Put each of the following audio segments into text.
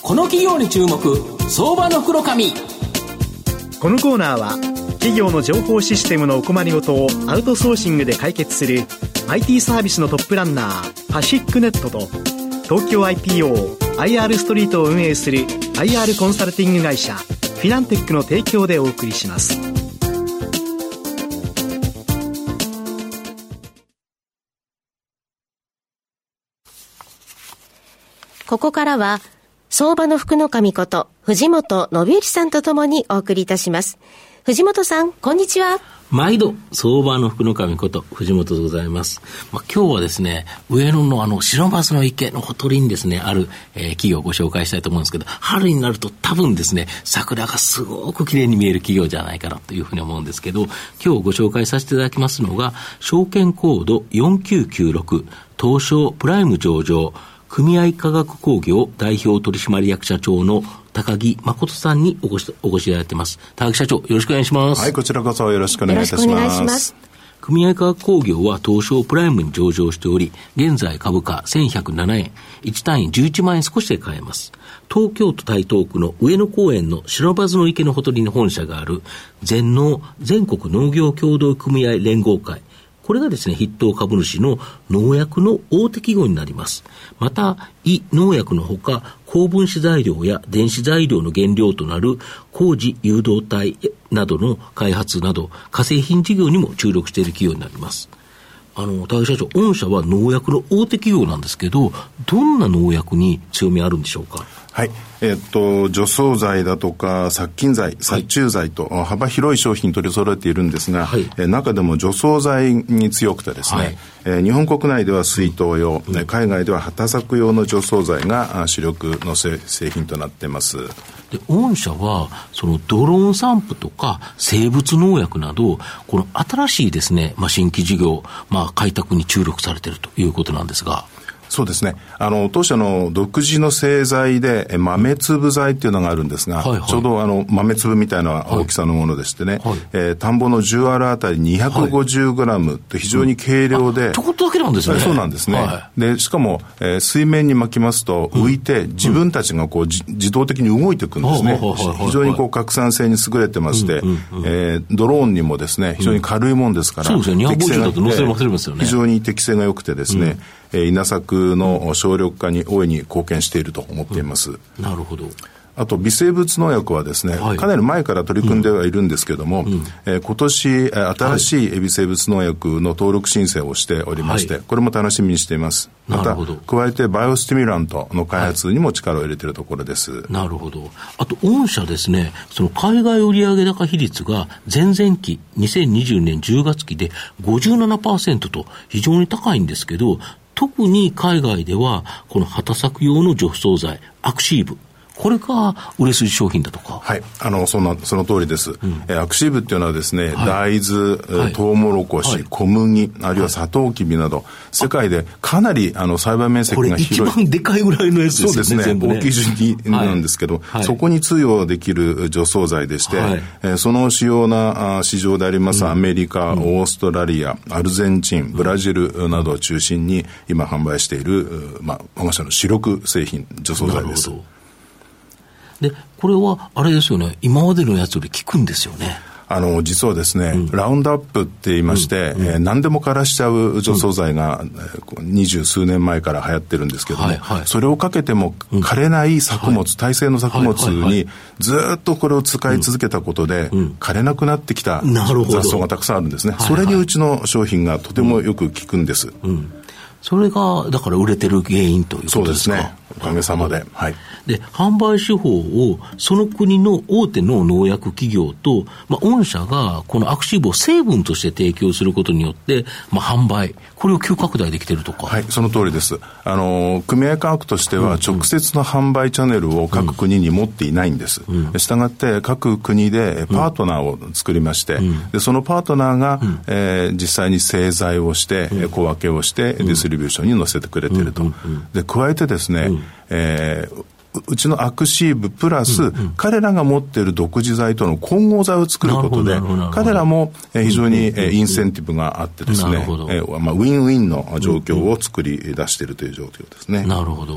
この企業に注目、相場の袋紙。 このコーナーは企業の情報システムのお困りごとをアウトソーシングで解決する IT サービスのトップランナーパシックネットと、東京 IPO、IR ストリートを運営する IR コンサルティング会社フィナンテックの提供でお送りします。 ここからは相場の福の神こと藤本信之さんとともにお送りいたします。藤本さん、こんにちは。 毎度相場の福の神こと藤本でございます。今日はですね、上野の白松の池のほとりにですねある、企業をご紹介したいと思うんですけど、春になると多分ですね桜がすごく綺麗に見える企業じゃないかなというふうに思うんですけど、今日ご紹介させていただきますのが証券コード4996東証プライム上場組合化学工業代表取締役社長の高木誠さんにお越しいただいています。高木社長、よろしくお願いします。 はい、こちらこそよろしくお願いいたします。 組合化学工業は東証プライムに上場しており、現在株価1107円、1単位11万円少しで買えます。東京都台東区の上野公園の白松の池のほとりに本社がある全農全国農業協同組合連合会、これがですね、筆頭株主の農薬の大手企業になります。また、農薬のほか、高分子材料や電子材料の原料となる工事誘導体などの開発など、化成品事業にも注力している企業になります。高木社長、御社は農薬の大手企業なんですけど、どんな農薬に強みあるんでしょうか。 はい、除草剤だとか殺菌剤、殺虫剤と幅広い商品取り揃えているんですが、はい、中でも除草剤に強くてですね、はい、日本国内では水筒用、海外では畑作用の除草剤が主力の製品となっています。 で、御社はそのドローン散布とか生物農薬など、この新しいですね、新規事業、開拓に注力されているということなんですが。 そうですね。当社の独自の製剤で豆粒剤っていうのがあるんですが、はいはい、ちょうど豆粒みたいな大きさのものでしてね、はい田んぼの10アールあたり250グラムって非常に軽量で、 ちょこっとだけなんですね。 そうなんですね。はい、でしかも、水面に巻きますと浮いて、自分たちがこう自動的に動いていくんですね。非常にこう拡散性に優れてまして、ドローンにもですね非常に軽いもんですから、 そうですね。250だと乗せますよね。 非常に適性が良くてですね。稲作の省力化に大いに貢献していると思っています。 なるほど。 あと微生物農薬はですね、かなり前から取り組んではいるんですけども、今年新しい微生物農薬の登録申請をしておりまして、これも楽しみにしています。また加えてバイオスティミュラントの開発にも力を入れているところです。 なるほど。あと御社ですね、その海外売上高比率が前々期2020年10月期で 57% と非常に高いんですけど、特に海外ではこの畑作用の除草剤アクシーブ、これが売れ筋商品だとか。 はい、その通りです。アクシーブっていうのはですね、大豆、トウモロコシ、小麦、あるいはサトウキビなど、世界でかなり栽培面積が広い。 これ一番でかいぐらいのやつですよね。 そうですね。 全部ね、 大きい順になんですけど、そこに通用できる除草剤でして、その主要な市場でありますアメリカ、オーストラリア、アルゼンチン、ブラジルなどを中心に今販売している、我が社の主力製品、除草剤です。 で、これはあれですよね、今までのやつより効くんですよね。 実はですね、ラウンドアップって言いまして、何でも枯らしちゃう除草剤が20数年前から流行ってるんですけども、それをかけても枯れない作物、耐性の作物にずっとこれを使い続けたことで、枯れなくなってきた雑草がたくさんあるんですね。それにうちの商品がとてもよく効くんです。 それがだから売れてる原因ということですか。 そうですね、おかげさまで。はい。 で、販売手法をその国の大手の農薬企業と、御社がこのアクシーブを成分として提供することによって、販売、これを急拡大できているとか。 はい、その通りです。組合価格としては直接の販売チャネルを各国に持っていないんです。したがって各国でパートナーを作りまして、でそのパートナーが、実際に製剤をして、小分けをしてディストリビューションに載せてくれていると。で加えてですね、うちのアクシーブプラス、彼らが持っている独自剤との混合剤を作ることで、彼らも非常にインセンティブがあってですね、ウィンウィンの状況を作り出しているという状況ですね。 なるほど。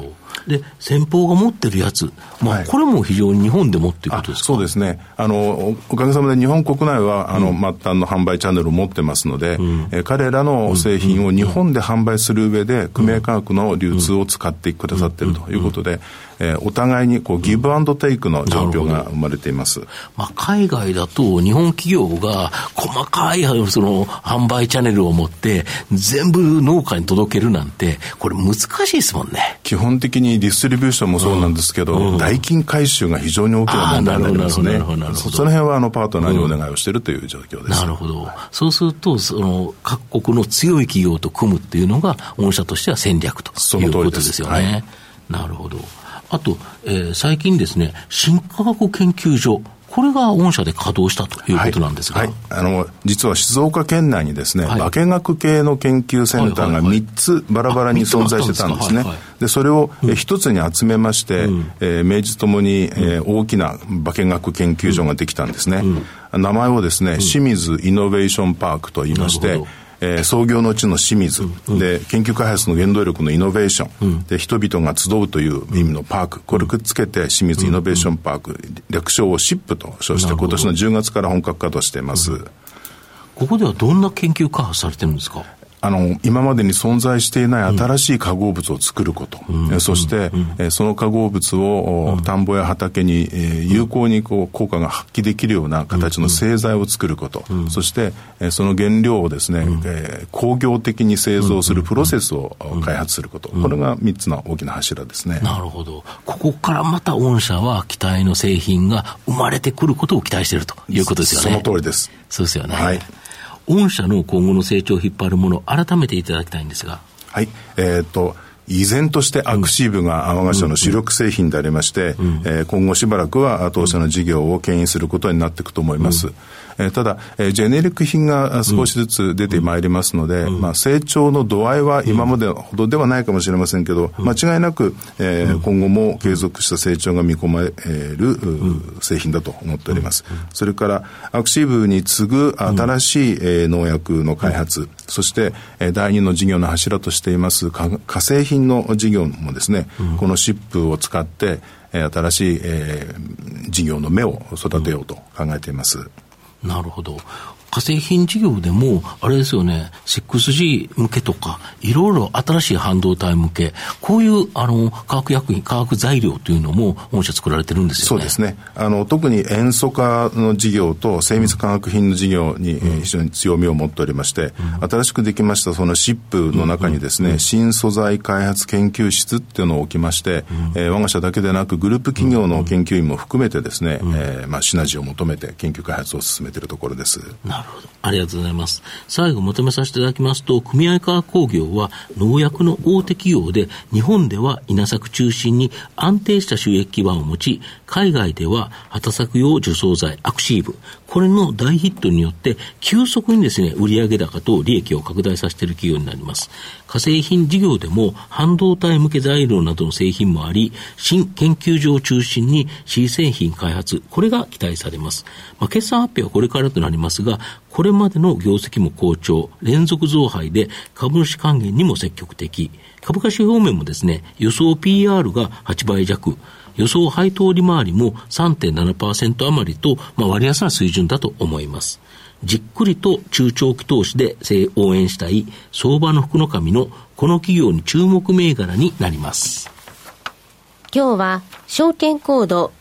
で、先方が持ってるやつ、まあ、これも非常に日本でもっていうことですか？ そうですね。おかげさまで日本国内は、末端の販売チャンネルを持ってますので、彼らの製品を日本で販売する上で、組合価格の流通を使ってくださっているということで、お互いにギブアンドテイクの状況が生まれています。 まあ、海外だと日本企業が細かいその販売チャンネルを持って全部農家に届けるなんて、これ難しいですもんね。 基本的にディストリビューションもそうなんですけど、代金回収が非常に大きな問題になりますね。その辺はパートナーにお願いをしているという状況です。 なるほど。そうするとその各国の強い企業と組むっていうのが御社としては戦略ということですよね。はい、なるほど。あと、最近ですね、新科学研究所、これが御社で稼働したということなんですが、 はいはい、実は静岡県内にですね、化学系の研究センターが3つバラバラに存在してたんですね。でそれを一つに集めまして、名実ともに、大きな化学研究所ができたんですね。名前をですね、清水イノベーションパークと言いまして、創業の地の清水、で研究開発の原動力のイノベーション、で人々が集うという意味のパーク、これをくっつけて清水イノベーションパーク、略称をシップと称して今年の10月から本格稼働しています。 ここではどんな研究開発されてるんですか？ 今までに存在していない新しい化合物を作ること、そして、その化合物を田んぼや畑に、有効に効果が発揮できるような形の製剤を作ること、そして、その原料をですね、工業的に製造するプロセスを開発すること、これが3つの大きな柱ですね。 なるほど。ここからまた御社は期待の製品が生まれてくることを期待しているということですよね。 その通りです。 そうですよね。 はい。 御社の今後の成長を引っ張るものを改めていただきたいんですが。 はい。依然としてアクシーブが我が社の主力製品でありまして、今後しばらくは当社の事業を牽引することになっていくと思います。ただ、ジェネリック品が少しずつ出てまいりますので、成長の度合いは今までほどではないかもしれませんけど、間違いなく、今後も継続した成長が見込まれる製品だと思っております。それからアクシーブに次ぐ新しい農薬の開発、そして第2の事業の柱としています化成品の事業もですね、このシップを使って新しい事業の芽を育てようと考えています。 なるほど。化成品事業でもあれですよね、6G 向けとかいろいろ新しい半導体向け、こういう化学薬品、化学材料というのも御社作られてるんですよね。 そうですね。特に塩素化の事業と精密化学品の事業に非常に強みを持っておりまして、新しくできましたそのシップの中にですね、新素材開発研究室っていうのを置きまして、我が社だけでなくグループ企業の研究員も含めてですね、シナジーを求めて研究開発を進めているところです。 なるほど。ありがとうございます。最後まとめさせていただきますと、組合化学工業は農薬の大手企業で、日本では稲作中心に安定した収益基盤を持ち、海外では畑作用除草剤アクシーブ、これの大ヒットによって急速にですね、売上高と利益を拡大させている企業になります。化成品事業でも半導体向け材料などの製品もあり、新研究所を中心に新製品開発、これが期待されます。決算発表はこれからとなりますが、これまでの業績も好調、連続増配で株主還元にも積極的、株価指標面もですね、予想 PR が8倍弱、予想配当利回りも 3.7% 余りと、割安な水準だと思います。じっくりと中長期投資で応援したい相場の福の神のこの企業に注目銘柄になります。 今日は証券コード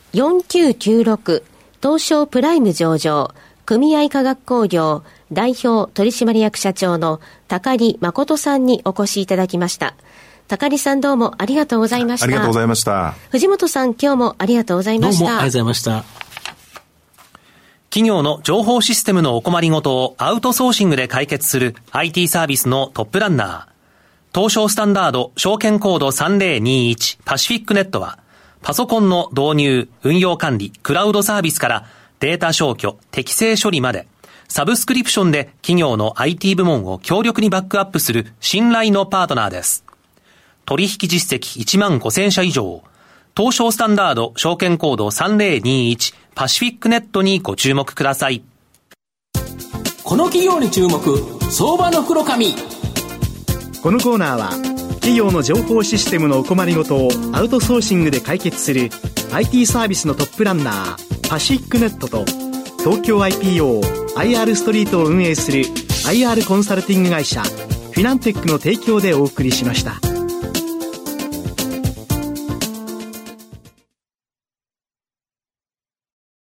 4996東証プライム上場組合化学工業代表取締役社長の高利誠さんにお越しいただきました。高利さん、どうもありがとうございました。 ありがとうございました。 藤本さん、今日もありがとうございました。 どうもありがとうございました。 企業の情報システムのお困りごとをアウトソーシングで解決する IT サービスのトップランナー。東証スタンダード証券コード3021パシフィックネットは、パソコンの導入、運用管理、クラウドサービスからデータ消去、適正処理まで、サブスクリプションで企業の IT 部門を強力にバックアップする信頼のパートナーです。取引実績15,000社以上。東証スタンダード証券コード3021パシフィックネットにご注目ください。 この企業に注目、相場の福の神。 このコーナーは企業の情報システムのお困りごとをアウトソーシングで解決する IT サービスのトップランナーパシックネットと、東京 IPO、IR ストリートを運営する IR コンサルティング会社フィナンテックの提供でお送りしました。